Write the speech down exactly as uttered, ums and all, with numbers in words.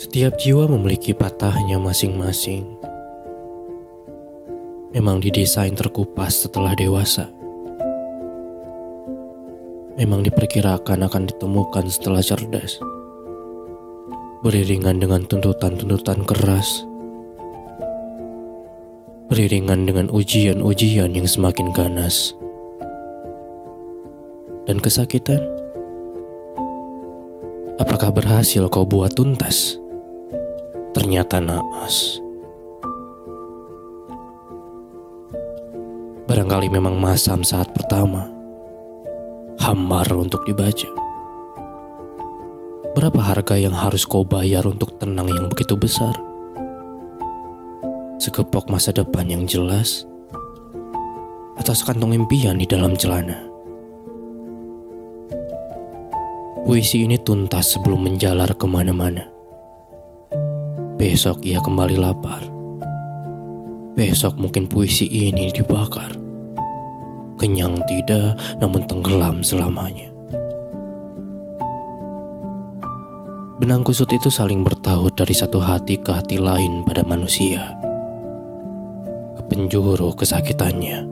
Setiap jiwa memiliki patahnya masing-masing. Memang didesain terkupas setelah dewasa. Memang diperkirakan akan ditemukan setelah cerdas. Beriringan dengan tuntutan-tuntutan keras. Beriringan dengan ujian-ujian yang semakin ganas. Dan kesakitan? Apakah berhasil kau buat tuntas? Ternyata naas. Barangkali memang masam saat pertama. Hambar untuk dibaca. Berapa harga yang harus kau bayar untuk tenang yang begitu besar? Segepok masa depan yang jelas? Atau sekantong impian di dalam celana? Puisi ini tuntas sebelum menjalar kemana-mana. Besok ia kembali lapar. Besok mungkin puisi ini dibakar. Kenyang tidak, namun tenggelam selamanya. Benang kusut itu saling bertaut dari satu hati ke hati lain pada manusia. Ke penjuru kesakitannya.